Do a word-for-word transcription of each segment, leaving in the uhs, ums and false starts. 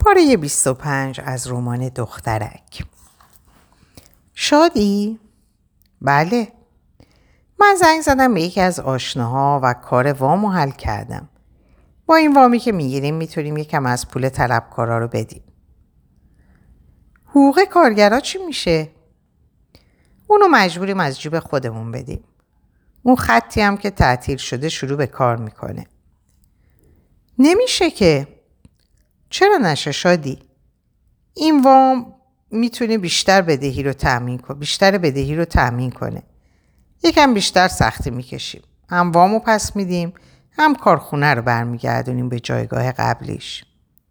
پاره بیست و پنج از رمان دخترک. شادی؟ بله. من زنگ زدم به یکی از آشناها و کار وامو حل کردم. با این وامی که میگیریم میتونیم یکم از پول طلبکارا رو بدیم. حقوق کارگرا چی میشه؟ اونو مجبوریم از جیب خودمون بدیم. اون خطی هم که تعطیل شده شروع به کار میکنه. نمیشه که. چرا نشه شادی؟ این وام میتونه بیشتر بدهی رو تامین کنه، بیشتر بدهی رو تامین کنه. یکم بیشتر سختی میکشیم. هم وامو پس میدیم، هم کارخونه رو برمیگردونیم به جایگاه قبلیش.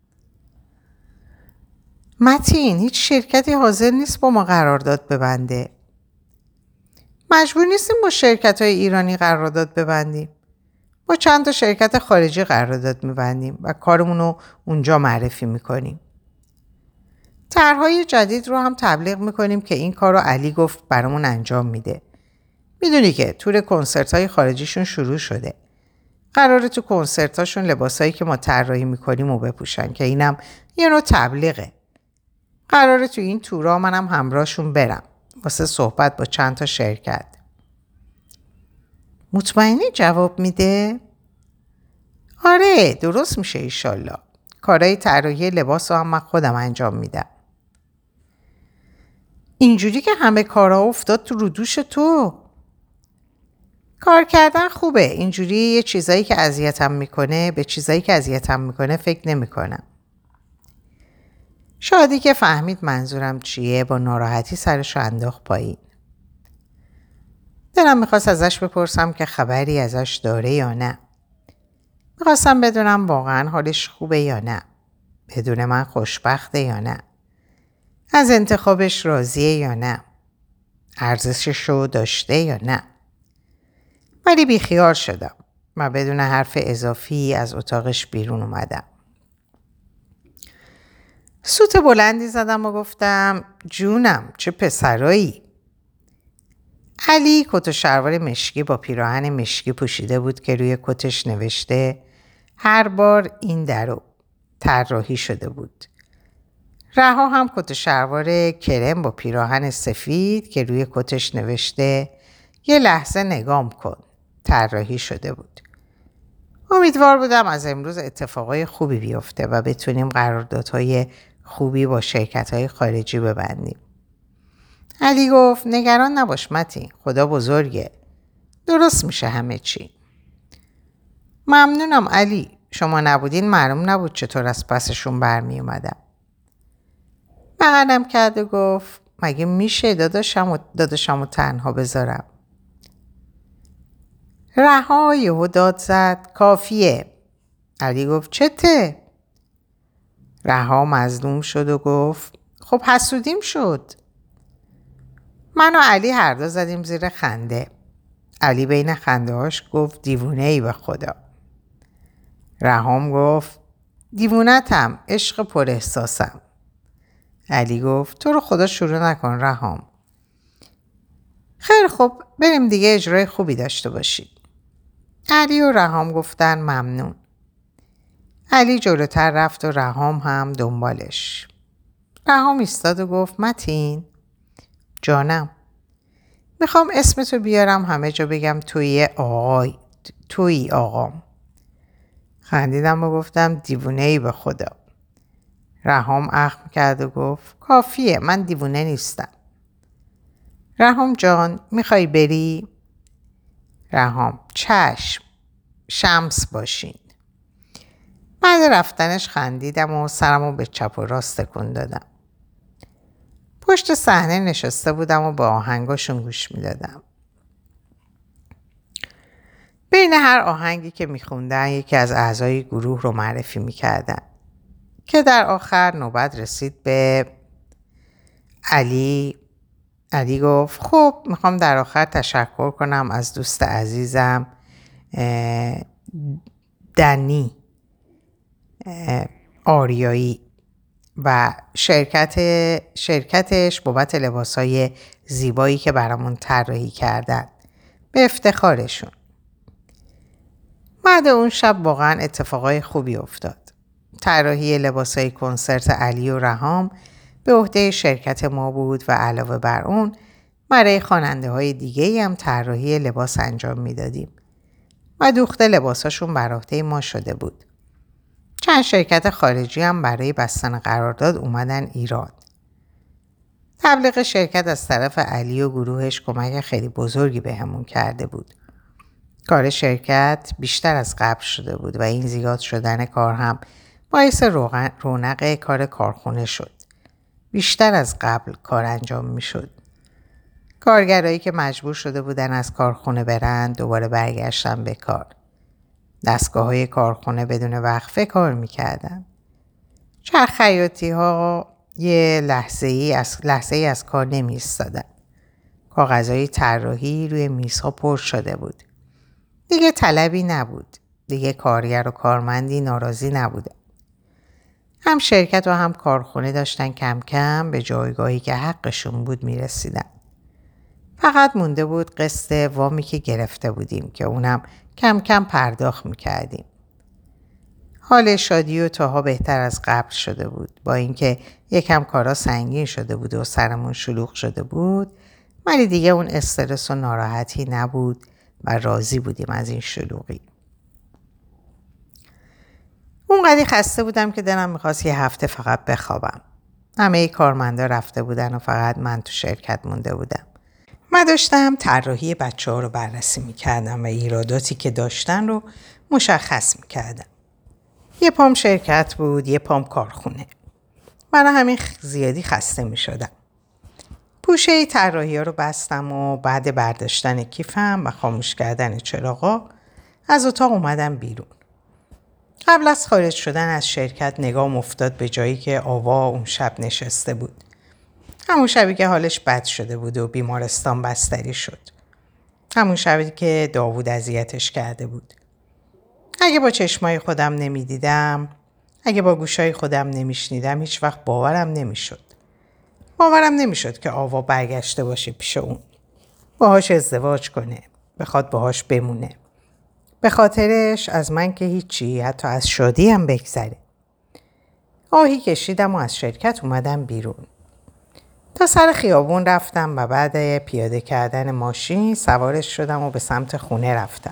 متین، هیچ شرکتی حاضر نیست با ما قرارداد ببنده. مجبور نیستیم با شرکت‌های ایرانی قرارداد ببندیم. با چند تا شرکت خارجی قرارداد می‌بندیم و کارمون رو اونجا معرفی می‌کنیم. طرح‌های جدید رو هم تبلیغ می‌کنیم که این کار رو علی گفت برامون انجام میده. میدونی که تور کنسرت‌های خارجیشون شروع شده. قراره تو کنسرتاشون لباسایی که ما طراحی می‌کنیم رو بپوشن که اینم یه نوع تبلیغه. قراره تو این تورا منم همراهشون برم واسه صحبت با چند تا شرکت. مطمئنی جواب میده؟ آره، درست میشه ایشالله. کارهای طراحی لباس رو هم من خودم انجام میدم. اینجوری که همه کارها افتاد تو رو دوش تو. کار کردن خوبه. اینجوری یه چیزایی که اذیتم میکنه به چیزایی که اذیتم میکنه فکر نمیکنم. شادی که فهمید منظورم چیه با ناراحتی سرش رو انداخت پایین. دلم میخواست ازش بپرسم که خبری ازش داره یا نه. میخواستم بدونم واقعا حالش خوبه یا نه. بدون من خوشبخته یا نه. از انتخابش راضیه یا نه. ارزشش رو داشته یا نه. ولی بیخیال شدم و بدون حرف اضافی از اتاقش بیرون اومدم. سوت بلندی زدم و گفتم جونم چه پسرایی. علی کت و شلوار مشکی با پیراهن مشکی پوشیده بود که روی کتش نوشته هر بار این درو طراحی شده بود. رها هم کت و شلوار کرم با پیراهن سفید که روی کتش نوشته یه لحظه نگام کن طراحی شده بود. امیدوار بودم از امروز اتفاقای خوبی بیفته و بتونیم قراردادهای خوبی با شرکت‌های خارجی ببندیم. علی گفت نگران نباش متین، خدا بزرگه. درست میشه همه چی. ممنونم علی. شما نبودین معلوم نبود چطور از پسشون برمی اومدم. بغلم کرد و گفت مگه میشه داداشم و داداشم و تنها بذارم؟ رها یهو داد زد کافیه. علی گفت چته؟ رها مظلوم شد و گفت خب حسودیم شد. من و علی هر دو زدیم زیر خنده. علی بین خنده هاش گفت دیوونه ای به خدا. رهام گفت دیوونتم، عشق پر احساسم. علی گفت تو رو خدا شروع نکن رهام. خیلی خب بریم دیگه اجرای خوبی داشته باشید. علی و رهام گفتن ممنون. علی جلوتر رفت و رهام هم دنبالش. رهام ایستاد و گفت متین جانم، میخوام اسمتو بیارم همه جا بگم توی آقای توی آقام. خندیدم و گفتم دیوونه ای به خدا. رهام اخم کرد و گفت کافیه، من دیوونه نیستم. رهام جان میخوای بری؟ رهام چشم، شمس باشین. بعد رفتنش خندیدم و سرمو به چپ و راست تکون دادم. پشت صحنه نشسته بودم و به آهنگاشون گوش میدادم. بین هر آهنگی که میخوندن یکی از اعضای گروه رو معرفی میکردن که در آخر نوبت رسید به علی. علی گفت خب میخوام در آخر تشکر کنم از دوست عزیزم دنی آریایی و شرکت شرکتش بابت لباسای زیبایی که برامون طراحی کردن، به افتخارشون. بعد اون شب واقعا اتفاقای خوبی افتاد. طراحی لباسای کنسرت علی و رهام به عهده شرکت ما بود و علاوه بر اون برای خواننده های دیگه هم طراحی لباس انجام میدادیم و دوخت لباساشون بر عهده ما شده بود. چند شرکت خارجی هم برای بستن قرارداد اومدن ایران. تبلیغ شرکت از طرف علی و گروهش کمک خیلی بزرگی بهمون کرده بود. کار شرکت بیشتر از قبل شده بود و این زیاد شدن کار هم باعث رونق کار کارخونه شد. بیشتر از قبل کار انجام می شد. کارگرایی که مجبور شده بودن از کارخونه برن دوباره برگشتن به کار. دستگاه های کارخونه بدون وقفه کار می کردن. چرخ خیاطی ها یه لحظه ای از, لحظه ای از کار نمی ایستادن. کاغذهای طراحی روی میزها پر شده بود. دیگه طلبی نبود. دیگه کارگر و کارمندی ناراضی نبوده. هم شرکت و هم کارخونه داشتن کم کم به جایگاهی که حقشون بود می رسیدن. فقط مونده بود قسط وامی که گرفته بودیم که اونم کم کم پرداخت می کردیم. حال شادی و تاها بهتر از قبل شده بود. با اینکه یکم کارا سنگین شده بود و سرمون شلوغ شده بود، ولی دیگه اون استرس و ناراحتی نبود و راضی بودیم از این شلوغی. اونقدر خسته بودم که دلم میخواست یه هفته فقط بخوابم. همه کارمندا رفته بودن و فقط من تو شرکت مونده بودم. من داشتم طراحی بچه ها رو بررسی میکردم و ایراداتی که داشتن رو مشخص میکردم. یه پام شرکت بود، یه پام کارخونه. برای همین زیادی خسته میشدم. پوشه طراحی ها رو بستم و بعد برداشتن کیفم و خاموش کردن چراغا از اتاق اومدم بیرون. قبل از خارج شدن از شرکت نگام افتاد به جایی که آوا اون شب نشسته بود. همون شبی که حالش بد شده بود و بیمارستان بستری شد. همون شبی که داوود اذیتش کرده بود. اگه با چشمای خودم نمیدیدم، اگه با گوشای خودم نمیشنیدم، هیچ وقت باورم نمیشد. باورم نمیشد که آوا برگشته باشه پیش اون. باهاش ازدواج کنه. بخواد باهاش بمونه. به خاطرش از من که هیچی، حتی از شادی هم بگذره. آهی کشیدم و از شرکت اومدم بیرون. تا سر خیابون رفتم و بعد پیاده کردن ماشین سوارش شدم و به سمت خونه رفتم.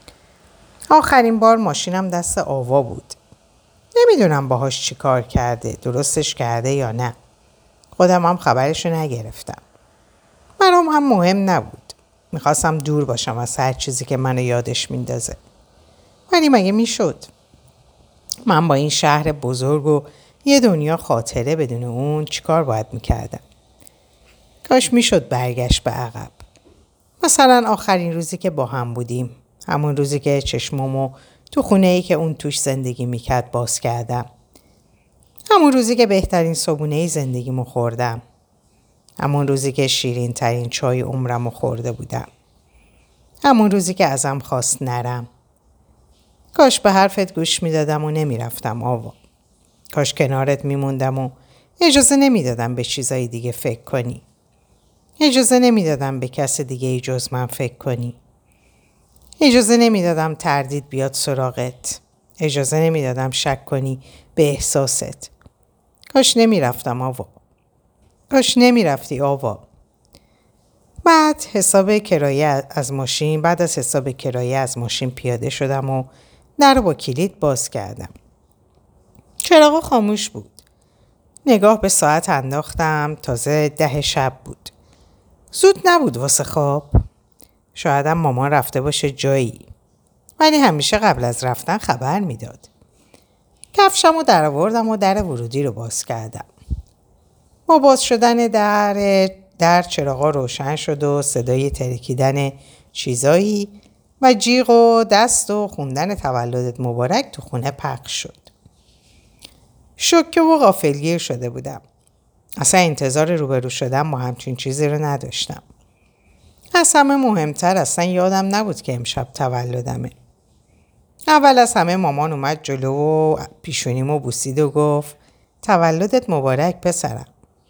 آخرین بار ماشینم دست آوا بود. نمیدونم باهاش چی کار کرده، درستش کرده یا نه. خودم هم خبرشو نگرفتم. برام هم مهم نبود. میخواستم دور باشم از هر چیزی که منو یادش میندازه. ولی مگه میشد؟ من با این شهر بزرگ و یه دنیا خاطره بدون اون چیکار باید میکردم؟ کاش میشد برگشت به عقب. مثلا آخرین روزی که با هم بودیم. همون روزی که چشمامو تو خونه‌ای که اون توش زندگی میکرد باز کردم. همون روزی که بهترین صبحونه‌ای زندگیمو خوردم. همون روزی که شیرین ترین چای عمرمو خورده بودم. همون روزی که ازم خواست نرم. کاش به حرفت گوش میدادم و نمیرفتم آوا. کاش کنارت میموندم و اجازه نمیدادم به چیزای دیگه فکر کنی. اجازه نمیدادم به کس دیگه ای جز من فکر کنی. اجازه نمیدادم تردید بیاد سراغت. اجازه نمیدادم شک کنی به احساست. کاش نمیرفتم آوا. کاش نمیرفتی آوا. بعد حساب کرایه از ماشین بعد از حساب کرایه از ماشین پیاده شدم و در رو با کلید باز کردم. چراغ خاموش بود. نگاه به ساعت انداختم. تازه ده شب بود. زود نبود واسه خواب. شاید هم مامان رفته باشه جایی. ولی همیشه قبل از رفتن خبر میداد. کفشم رو در آوردم و در ورودی رو باز کردم. با باز شدن در در چراغا روشن شد و صدای ترکیدن چیزایی و جیغ و دست و خوندن تولدت مبارک تو خونه پخش شد. شوکه و غافلگیر شده بودم. اصلا انتظار روبرو شدن با همچین چیزی رو نداشتم. از همه مهمتر اصلا یادم نبود که امشب تولدمه. اول از همه مامان اومد جلو و پیشونیمو بوسید و گفت تولدت مبارک پسرم.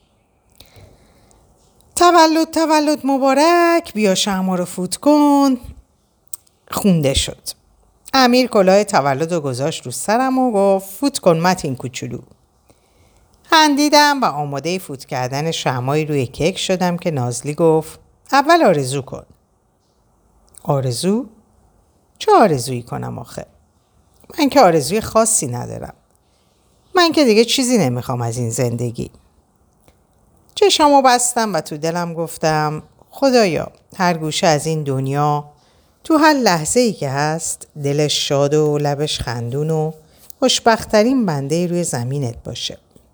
تولد تولد مبارک، بیا شمع رو فوت کن. خونده شد. امیر کلاه تولد رو گذاشت رو سرم و گفت فوت کن متین کوچولو. خندیدم و آماده فوت کردن شمعی روی کیک شدم که نازلی گفت اول آرزو کن. آرزو؟ چه آرزویی کنم آخه؟ من که آرزوی خاصی ندارم. من که دیگه چیزی نمیخوام از این زندگی. چشمو بستم و تو دلم گفتم خدایا هر گوشه از این دنیا تو هر لحظه ای که هست دلش شاد و لبش خندون و خوشبخت‌ترین بنده روی زمینت باشه.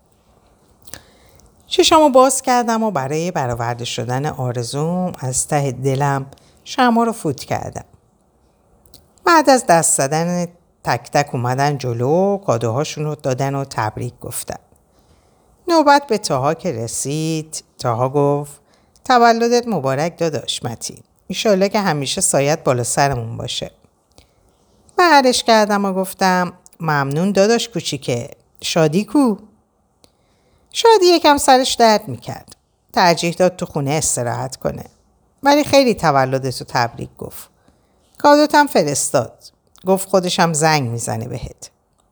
چشمو باز کردم و برای برآورده شدن آرزوم از ته دلم شمع رو فوت کردم. بعد از دست زدن تک تک اومدن جلو، کادوهاشون رو دادن و تبریک گفتن. نوبت به تاها که رسید، تاها گفت تولدت مبارک داداش متین. ایشالله که همیشه سایت بالا سرمون باشه. بغلش کردم و گفتم ممنون داداش کوچیکه. شادی کو؟ شادی یکم سرش درد میکرد. ترجیح داد تو خونه استراحت کنه. ولی خیلی تولدتو تبریک گفت. کادوتم فرستاد. گفت خودشم زنگ میزنه بهت.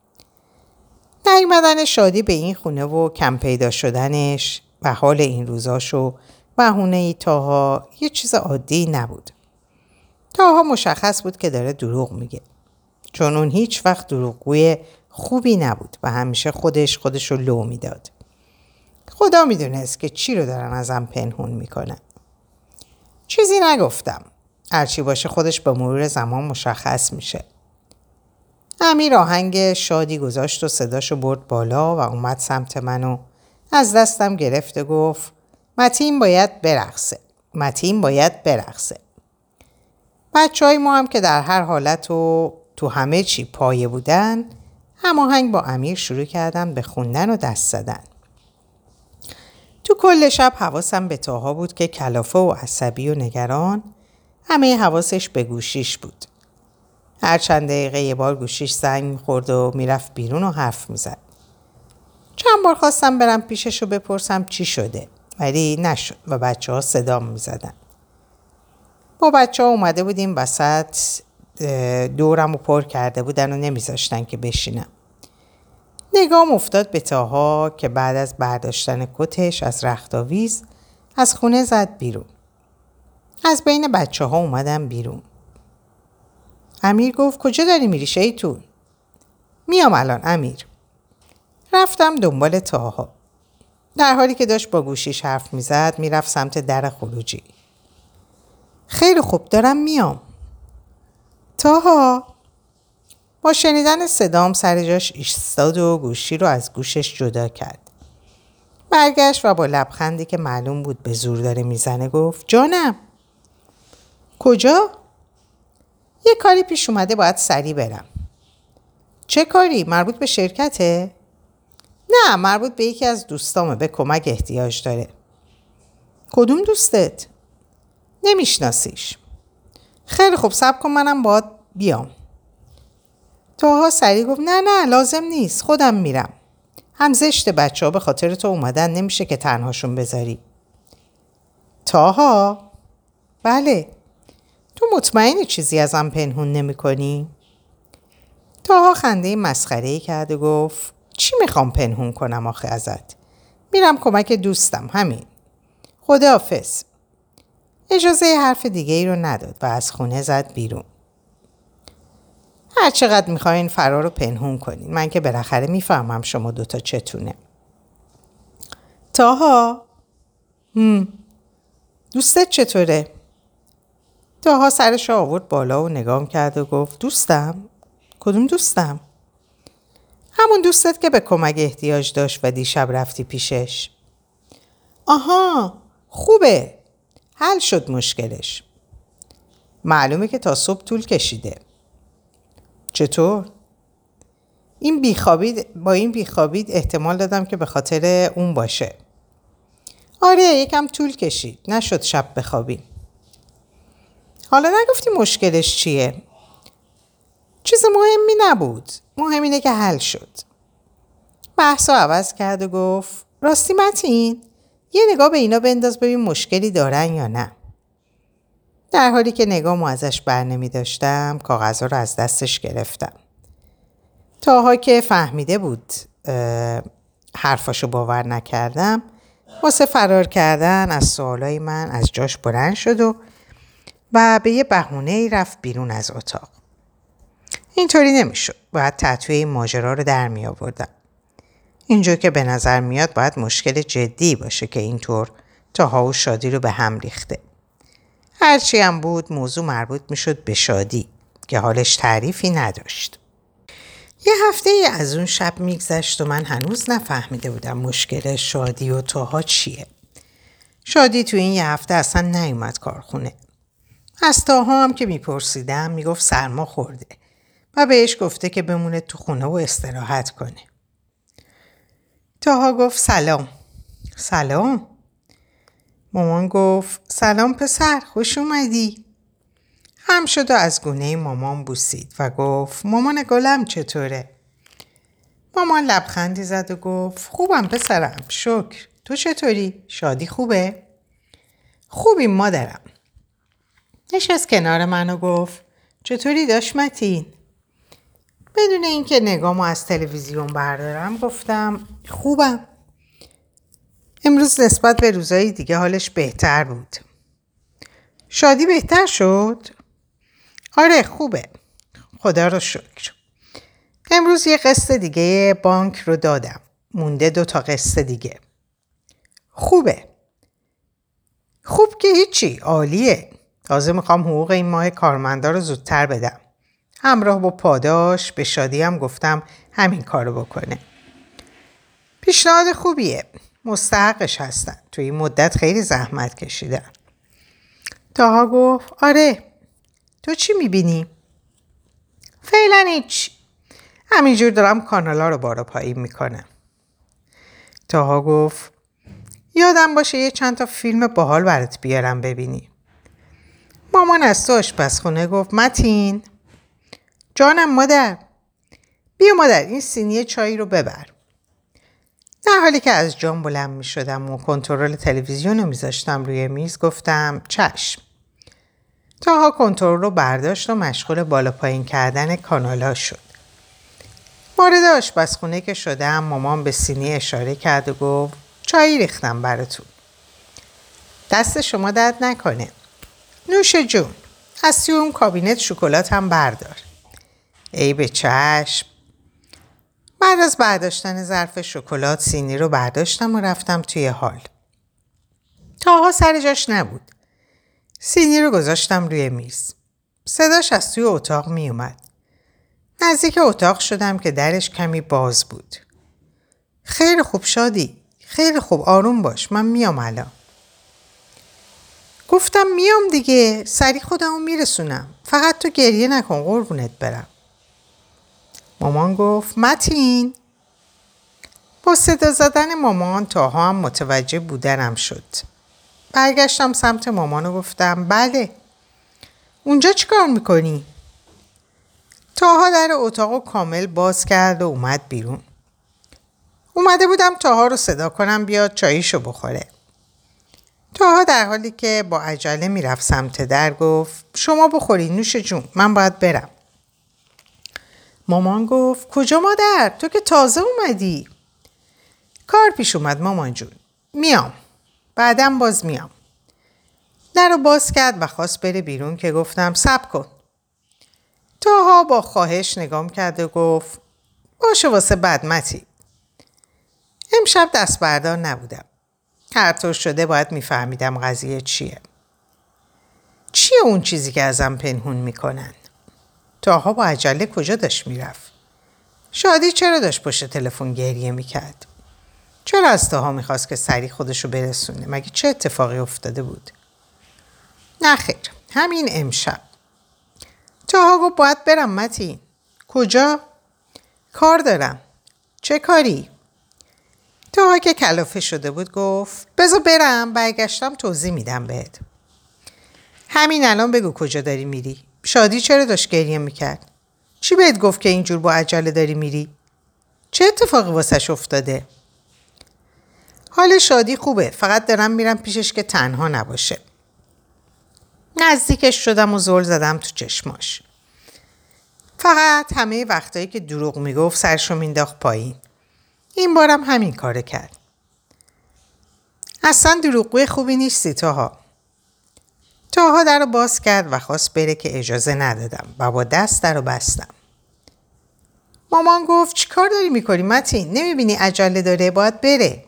نیومدن شادی به این خونه و کم پیدا شدنش و حال این روزاشو بهونه تاها یه چیز عادی نبود. تاها مشخص بود که داره دروغ میگه. چون اون هیچ وقت دروغگوی خوبی نبود و همیشه خودش خودشو لو میداد. خدا میدونست که چی رو دارن ازم پنهون میکنن. چیزی نگفتم. هرچی باشه خودش به مرور زمان مشخص میشه. امیر آهنگ شادی گذاشت و صداشو برد بالا و اومد سمت منو از دستم گرفت و گفت متین باید برقصه. متین باید برقصه. بچه های ما هم که در هر حالت و تو همه چی پایه بودن هماهنگ با امیر شروع کردن به خوندن و دست زدن. تو کل شب حواسم به تاها بود که کلافه و عصبی و نگران، همه حواسش به گوشیش بود. هر چند دقیقه یه بار گوشیش زنگ می‌خورد و میرفت بیرون و حرف میزد. چند بار خواستم برم پیشش رو بپرسم چی شده ولی نشد و بچه ها صدام میزدن. با بچه ها اومده بودیم وسط، دورم رو پر کرده بودن و نمیذاشتن که بشینم. نگام افتاد به تاها که بعد از برداشتن کتش از رختاویز از خونه زد بیرون. از بین بچه ها اومدم بیرون. امیر گفت کجا داری میری شیطون؟ میام الان امیر. رفتم دنبال تاها. در حالی که داشت با گوشیش حرف میزد میرفت سمت در خروجی. خیلی خوب دارم میام. تاها با شنیدن صدام سر جاش ایستاد و گوشی رو از گوشش جدا کرد. برگشت و با لبخندی که معلوم بود به زور داره میزنه گفت جانم. کجا؟ یه کاری پیش اومده باید سریع برم. چه کاری؟ مربوط به شرکته؟ نه، مربوط به یکی از دوستامه، به کمک احتیاج داره. کدوم دوستت؟ نمیشناسیش. خیلی خوب صبر کن منم باید بیام. تاها سریع گفت نه نه لازم نیست خودم میرم. هم زشت بچه ها به خاطر تو اومدن نمیشه که تنهاشون بذاری. تاها؟ بله. تو مطمئنی چیزی ازم پنهون نمی کنی؟ تاها خنده مسخره‌ای کرد و گفت چی میخوام پنهون کنم آخه ازت؟ میرم کمک دوستم همین. خداحافظ. اجازه حرف دیگه ای رو نداد و از خونه زد بیرون. هر چقدر میخواین فرار رو پنهون کنین. من که بالاخره میفهمم شما دوتا چتونه. تاها؟ هم. دوستت چطوره؟ تاها سرش رو آورد بالا و نگام کرد و گفت دوستم؟ کدوم دوستم؟ همون دوستت که به کمک احتیاج داشت و دیشب رفتی پیشش. آها خوبه. حل شد مشکلش. معلومه که تا صبح طول کشیده. چطور؟ این بیخوابید با این بیخوابید احتمال دادم که به خاطر اون باشه. آره یکم طول کشید. نشد شب بخوابی. حالا نگفتی مشکلش چیه؟ چیز مهمی نبود. مهم اینه که حل شد. بحثو عوض کرد و گفت راستی متین یه نگاه به اینا بنداز ببین مشکلی دارن یا نه. در حالی که نگامو ازش بر نمی داشتم کاغذها رو از دستش گرفتم. تاها که فهمیده بود حرفاشو باور نکردم واسه فرار کردن از سوالای من از جاش بلند شد و و به یه بهونه‌ای رفت بیرون از اتاق. اینطوری نمیشد. باید تتوی این ماجرا رو در می آوردم. اینجور که به نظر میاد باید مشکل جدی باشه که اینطور تاها و شادی رو به هم ریخته. هرچی هم بود موضوع مربوط میشد به شادی که حالش تعریفی نداشت. یه هفته ای از اون شب میگذشت و من هنوز نفهمیده بودم مشکل شادی و تاها چیه. شادی تو این یه هفته اصلا نیومد کارخونه. از تاها هم که میپرسیدم میگفت سرما خورده و بهش گفته که بمونه تو خونه و استراحت کنه. تاها گفت سلام. سلام. مامان گفت سلام پسر، خوش اومدی. هم شد و از گونه مامان بوسید و گفت مامان گلم چطوره؟ مامان لبخندی زد و گفت خوبم پسرم، شکر. تو چطوری؟ شادی خوبه؟ خوبیم مادرم. نشست کنار من و گفت چطوری داش متین؟ بدون اینکه نگامو از تلویزیون بردارم گفتم خوبم. امروز نسبت به روزهای دیگه حالش بهتر بود. شادی بهتر شد؟ آره خوبه. خدا رو شکر. امروز یه قسط دیگه بانک رو دادم. مونده دو تا قسط دیگه. خوبه. خوب که هیچی، عالیه. تازه میخوام حقوق این ماه کارمندا رو زودتر بدم. همراه با پاداش به شادی هم گفتم همین کارو بکنه. پیشنهاد خوبیه. مستحقش هستن. تو این مدت خیلی زحمت کشیدن. تاها گفت آره. تو چی میبینی؟ فعلا هیچ. همینجور دارم کانالا رو بالا پایین میکنم. تاها گفت یادم باشه یه چند تا فیلم باحال برات بیارم ببینی. مامان از تو آشپزخونه گفت متین. جانم مادر. بیا مادر این سینی چای رو ببر. در حالی که از جام بلند می شدم و کنترل تلویزیون رو می زاشتم روی میز گفتم چشم. تاها کنترل رو برداشت و مشغول بالا پایین کردن کانالا شد. وارد آشپزخونه که شدم مامان به سینی اشاره کرد و گفت چایی ریختم براتون. دست شما درد نکنه. نوش جون. از توی اون کابینت شکلات هم بردار. ای به چشم. بعد از برداشتن ظرف شکلات سینی رو برداشتم و رفتم توی هال. تاها سر جاش نبود. سینی رو گذاشتم روی میز. صداش از توی اتاق می اومد. نزدیک اتاق شدم که درش کمی باز بود. خیلی خوب شادی. خیلی خوب آروم باش. من میام الان. گفتم میام دیگه. سریع خودمو میرسونم. فقط تو گریه نکن قربونت برم. مامان گفت متین. با صدا زدن مامان تاها هم متوجه بودنم شد. برگشتم سمت مامان و گفتم بله. اونجا چی کار میکنی؟ تاها در اتاقو کامل باز کرد و اومد بیرون. اومده بودم تاها رو صدا کنم بیاد چاییشو بخوره. تاها در حالی که با عجله میرفت سمت در گفت شما بخوری نوش جون، من باید برم. مامان گفت کجا مادر؟ تو که تازه اومدی. کار پیش اومد مامان جون. میام. بعدم باز میام. در رو باز کرد و خواست بره بیرون که گفتم صبر کن. تاها با خواهش نگام کرد و گفت باشه واسه بعد متی. امشب دست بردار نبودم. هر طور شده باید میفهمیدم قضیه چیه. چیه اون چیزی که ازم پنهون میکنن؟ تاها با عجله کجا داشت میرفت؟ شادی چرا داشت پشت تلفن گریه میکرد؟ چرا از تاها میخواست که سریع خودشو برسونه؟ مگه چه اتفاقی افتاده بود؟ نه خیر، همین امشب. تاها گفت باید برم متین. کجا؟ کار دارم. چه کاری؟ تاها که کلافه شده بود گفت بذار برم، برگشتم توضیح میدم بهت. همین الان بگو کجا داری میری؟ شادی چرا داشت گریه میکرد؟ چی بهت گفت که اینجور با عجله داری میری؟ چه اتفاقی واسش افتاده؟ حال شادی خوبه، فقط دارم میرم پیشش که تنها نباشه. نزدیکش شدم و زل زدم تو چشماش. فقط همه وقتایی که دروغ میگفت سرشو مینداخت پایین. این بارم همین کاره کرد. اصلا دروغگوی خوبی نیستی تاها. تاها در رو باز کرد و خواست بره که اجازه ندادم و با دست در رو بستم. مامان گفت چی کار داری میکنی متین؟ نمیبینی عجله داره باید بره.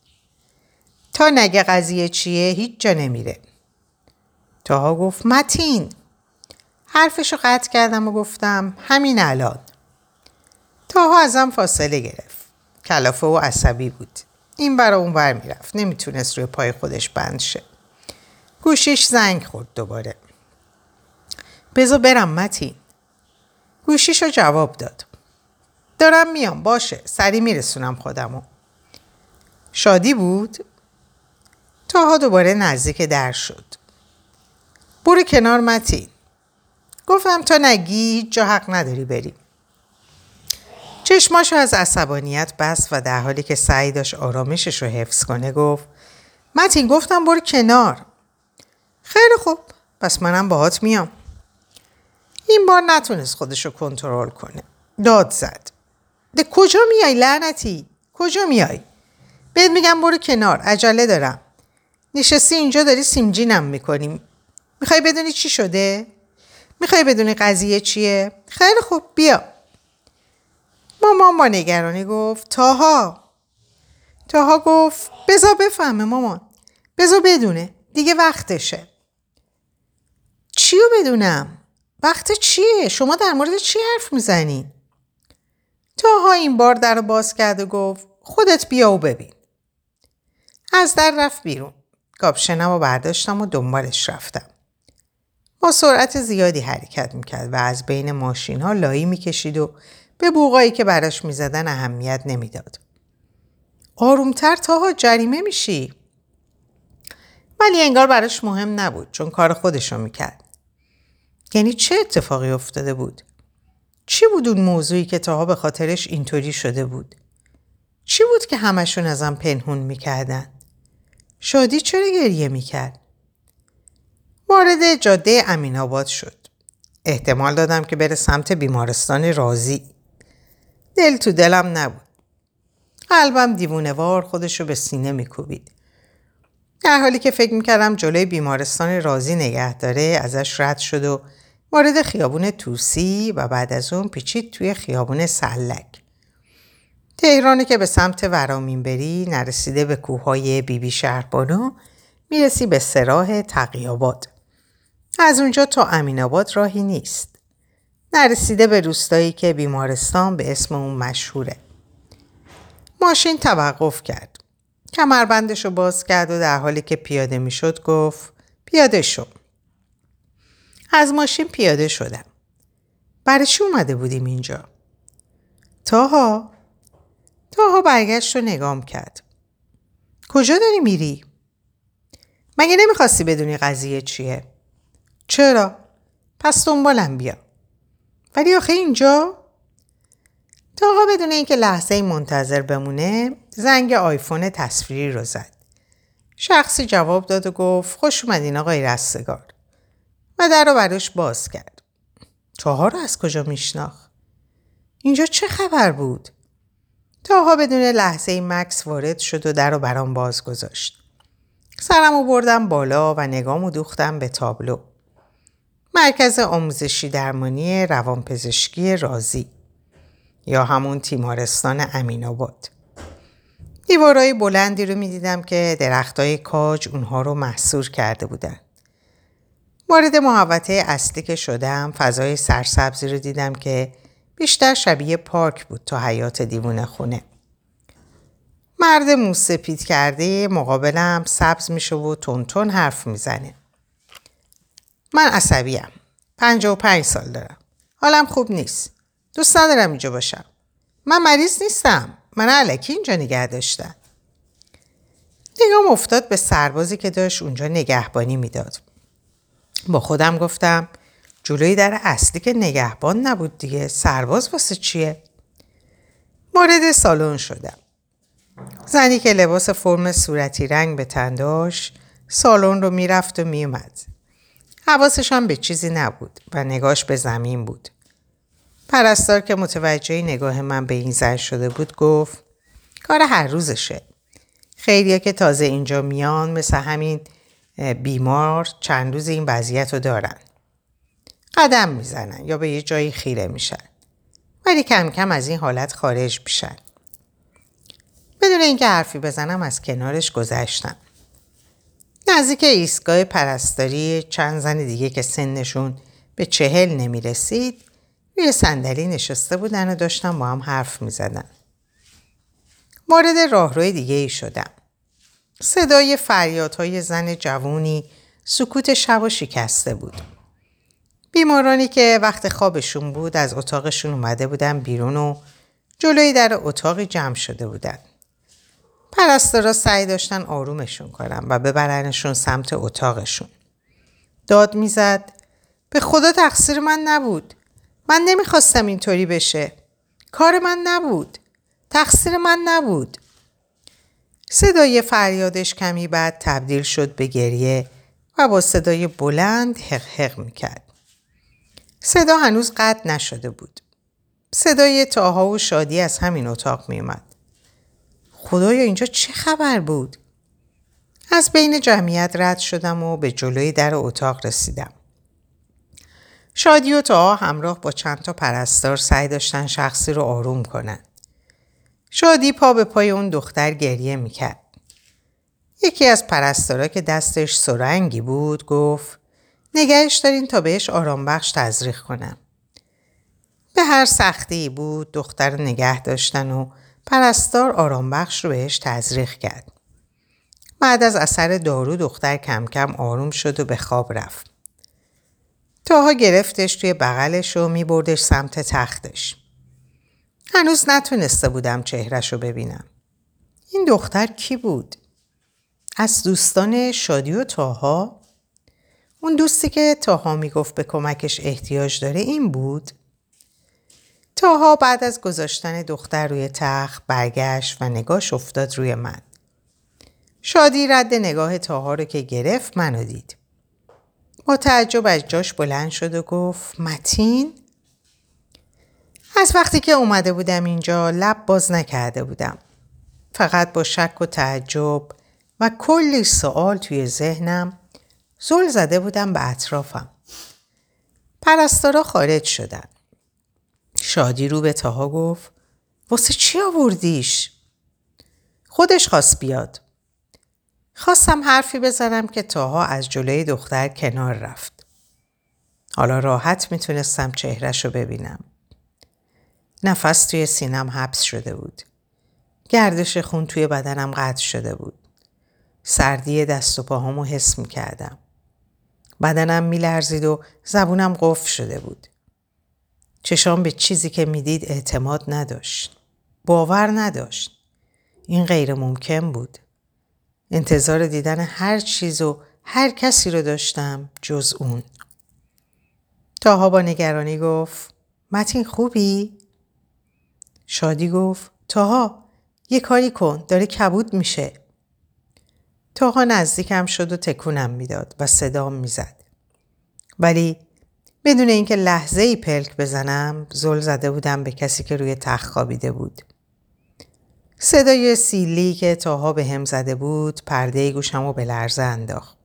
تا نگه قضیه چیه هیچ جا نمیره. تاها گفت متین. حرفشو قطع کردم و گفتم همین الان. تاها ازم فاصله گرفت. کلافه و عصبی بود. این برا اون بر میرفت. نمیتونست روی پای خودش بند شه. گوشیش زنگ خورد دوباره. بذار برم متین. گوشیشو جواب داد. دارم میام باشه. سری میرسونم خودمو. شادی بود؟ تاها دوباره نزدیک در شد. برو کنار متین. گفتم تا نگی هیچ جا حق نداری بریم. چشماشو از عصبانیت بست و در حالی که سعی داشت آرامشش رو حفظ کنه گفت متین گفتم برو کنار. خیلی خوب پس منم باهات میام. این بار نتونست خودشو کنترل کنه. داد زد. ده کجا میای لعنتی؟ کجا میای؟ بهت میگم برو کنار عجله دارم. نشستی اینجا داری سیمجینم میکنیم. میخوای بدونی چی شده؟ میخوای بدونی قضیه چیه؟ خیلی خوب بیا. مامان با نگرانی گفت تاها. تاها گفت بذار بفهمه مامان. بذار بدونه. دیگه وقتشه. چیو بدونم؟ وقت چیه؟ شما در مورد چی حرف میزنین؟ تاها این بار در رو باز کرد و گفت خودت بیا و ببین. از در رفت بیرون. کاپشنم رو برداشتم و دنبالش رفتم. با سرعت زیادی حرکت میکرد و از بین ماشین ها لایی میکشید و به بوقایی که براش میزدن اهمیت نمیداد. آرومتر تاها جریمه میشی. ولی انگار براش مهم نبود چون کار خودشو میکرد. یعنی چه اتفاقی افتاده بود؟ چی بود اون موضوعی که تاها به خاطرش اینطوری شده بود؟ چی بود که همشون ازم پنهون میکردن؟ شادی چرا گریه میکرد؟ وارد جاده امین‌آباد شد. احتمال دادم که بره سمت بیمارستان رازی. دل تو دلم نبود. قلبم دیوونه‌وار خودشو به سینه میکوبید. در حالی که فکر میکردم جلوی بیمارستان رازی نگه داره ازش رد شد و وارد خیابون توسی و بعد از اون پیچید توی خیابون سلک. تهرانی که به سمت ورامین بری نرسیده به کوههای بی بی شهربانو میرسی به سراح تقی‌آباد. از اونجا تا امین‌آباد راهی نیست. نرسیده به روستایی که بیمارستان به اسم اون مشهوره. ماشین توقف کرد. کمربندشو باز کرد و در حالی که پیاده میشد گفت پیاده شو. از ماشین پیاده شدم. برای چی اومده بودیم اینجا؟ تاها؟ تاها برگشت و نگام کرد. کجا داری میری؟ مگه نمیخواستی بدونی قضیه چیه؟ چرا؟ پس دنبالم بیا. ولی آخه اینجا؟ تاها بدون اینکه لحظه منتظر بمونه زنگ آیفون تصویری رو زد. شخصی جواب داد و گفت خوش اومدین آقای رستگار و در رو براش باز کرد. تاها رو از کجا میشناخت؟ اینجا چه خبر بود؟ تاها بدون لحظه مکس وارد شد و در رو برام باز گذاشت. سرمو بردم بالا و نگامو دوختم به تابلو. مرکز آموزشی درمانی روانپزشکی رازی یا همون تیمارستان امین‌آباد. دیوارای بلندی رو می‌دیدم که درختای کاج اونها رو محصور کرده بودن. وارد محوطه اصلی که شدم فضای سرسبزی رو دیدم که بیشتر شبیه پارک بود تا حیاط دیوونه خونه. مرد موسپید کرده مقابلم سبز میشه و تون تون حرف میزنه. من عصبیم. پنجاه و پنج سال دارم. حالم خوب نیست. دوست ندارم اینجا باشم. من مریض نیستم. من الکی اینجا نگه داشتن. نگام افتاد به سربازی که داشت اونجا نگهبانی میداد. با خودم گفتم جلوی در اصلی که نگهبان نبود دیگه. سرباز واسه چیه؟ وارد سالن شدم. زنی که لباس فرم صورتی رنگ به تن داشت سالن رو میرفت و میومد. حواسش هم به چیزی نبود و نگاش به زمین بود. پرستار که متوجه نگاه من به این زن شده بود گفت کار هر روزشه. خیلیه که تازه اینجا میان مثل همین بیمار چند روز این وضعیت رو دارن. قدم میزنن یا به یه جایی خیره میشن. ولی کم کم از این حالت خارج میشن. بدون اینکه حرفی بزنم از کنارش گذشتم. نزدیک ایستگاه پرستاری چند زن دیگه که سنشون به چهل نمی رسید روی صندلی نشسته بودن و داشتن با هم حرف می زدن. وارد راهروی دیگه ای شدم. صدای فریادهای زن جوونی سکوت شب و شکسته بود. بیمارانی که وقت خوابشون بود از اتاقشون اومده بودن بیرون و جلوی در اتاقی جمع شده بودن. پرستارا سعی داشتن آرومشون کنن و ببرنشون سمت اتاقشون. داد میزد به خدا تقصیر من نبود. من نمیخواستم اینطوری بشه. کار من نبود. تقصیر من نبود. صدای فریادش کمی بعد تبدیل شد به گریه و با صدای بلند حق حق میکرد. صدا هنوز قطع نشده بود. صدای تاها و شادی از همین اتاق میومد. خدایا اینجا چه خبر بود؟ از بین جمعیت رد شدم و به جلوی در اتاق رسیدم. شادی و تاها همراه با چند تا پرستار سعی داشتن شخصی رو آروم کنن. شادی پا به پای اون دختر گریه میکرد. یکی از پرستارا که دستش سرنگی بود گفت نگهش دارین تا بهش آرام بخش تزریق کنم. به هر سختی بود دختر رو نگه داشتن و پرستار آرام بخش رو بهش تزریق کرد. بعد از اثر دارو دختر کم کم آروم شد و به خواب رفت. تاها گرفتش توی بغلش و می بردش سمت تختش. هنوز نتونسته بودم چهرش رو ببینم. این دختر کی بود؟ از دوستان شادی و تاها؟ اون دوستی که تاها می گفت به کمکش احتیاج داره این بود؟ تاها بعد از گذاشتن دختر روی تخت برگشت و نگاش افتاد روی من. شادی رد نگاه تاها رو که گرفت منو دید. با تعجب از جاش بلند شد و گفت متین؟ از وقتی که اومده بودم اینجا لب باز نکرده بودم. فقط با شک و تعجب و کلی سوال توی ذهنم زل زده بودم به اطرافم. پرستارا خارج شدن. شادی رو به تاها گفت واسه چی آوردیش؟ خودش خواست بیاد. خواستم حرفی بزنم که تاها از جلوی دختر کنار رفت. حالا راحت میتونستم چهرش رو ببینم. نفس توی سینم حبس شده بود. گردش خون توی بدنم قطع شده بود. سردی دست و پاهامو حس میکردم. بدنم میلرزید و زبونم قفل شده بود. چشام به چیزی که میدید اعتماد نداشت. باور نداشت. این غیر ممکن بود. انتظار دیدن هر چیز و هر کسی رو داشتم جز اون. تاها با نگرانی گفت متین خوبی؟ شادی گفت تاها یه کاری کن داره کبود میشه. تاها نزدیکم شد و تکونم میداد و صدام میزد. ولی بدون اینکه لحظه ای پلک بزنم زل زده بودم به کسی که روی تخت خوابیده بود. صدای سیلی که تاها به هم زده بود پرده گوشم رو به لرزه انداخت.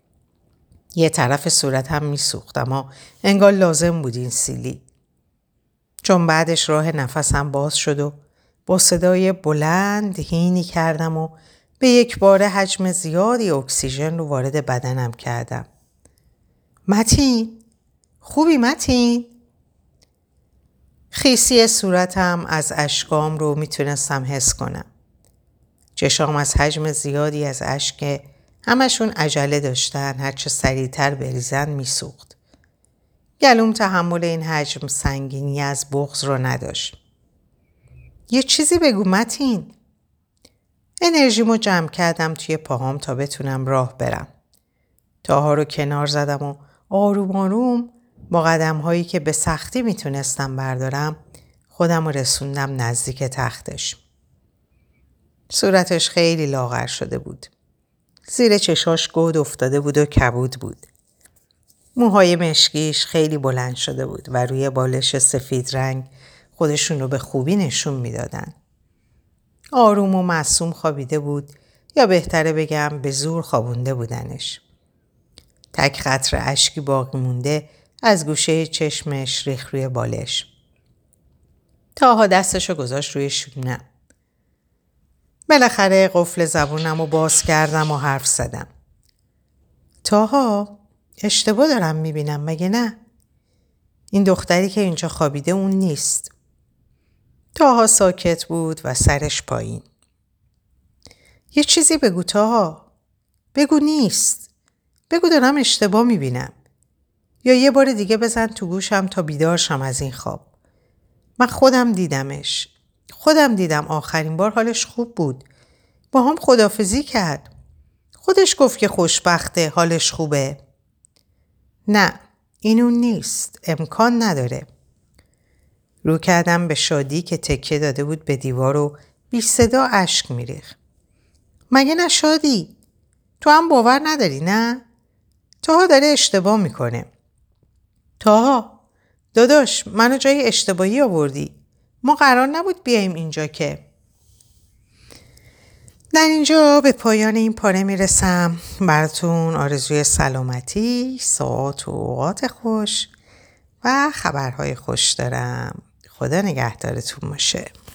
یه طرف صورتم میسوخت اما انگار لازم بود این سیلی. چون بعدش راه نفسم باز شد و با صدای بلند هینی کردم و به یک باره حجم زیادی اکسیژن رو وارد بدنم کردم. متین؟ خوبی متین؟ خیسی صورتم از اشکام رو میتونستم حس کنم. چشام از حجم زیادی از اشک همشون عجله داشتن هرچه سریعتر بریزن میسوخت. گلوم تحمل این حجم سنگینی از بغض رو نداشت. یه چیزی بگو متین. انرژیمو جمع کردم توی پاهام تا بتونم راه برم. تاها رو کنار زدم و آروم آروم با قدم هایی که به سختی میتونستم بردارم خودم رو رسوندم نزدیک تختش. صورتش خیلی لاغر شده بود. زیر چشاش گود افتاده بود و کبود بود. موهای مشکیش خیلی بلند شده بود و روی بالش سفید رنگ خودشون رو به خوبی نشون میدادن. آروم و معصوم خوابیده بود، یا بهتره بگم به زور خوابونده بودنش. تک قطره اشکی باقی مونده از گوشه چشمش ریخت روی بالش. تاها دستشو گذاشت روی شونه. بالاخره قفل زبونم رو باز کردم و حرف زدم. تاها، اشتباه دارم میبینم مگه نه؟ این دختری که اینجا خوابیده اون نیست. تاها ساکت بود و سرش پایین. یه چیزی بگو تاها. بگو نیست. بگو دارم اشتباه میبینم. یا یه بار دیگه بزن تو گوشم تا بیدار شم از این خواب. من خودم دیدمش. خودم دیدم آخرین بار حالش خوب بود. با هم خداحافظی کرد. خودش گفت که خوشبخته، حالش خوبه. نه، این اون نیست. امکان نداره. رو کردم به شادی که تکیه داده بود به دیوار و بی صدا اشک میریخت. مگه نه شادی؟ تو هم باور نداری نه؟ تاها داره اشتباه میکنه. تاها، داداش منو جای اشتباهی آوردی. ما قرار نبود بیایم اینجا که. در اینجا به پایان این پاره میرسم. براتون آرزوی سلامتی، ساعات و اوقات خوش و خبرهای خوش دارم. خدا نگهدارتون باشه.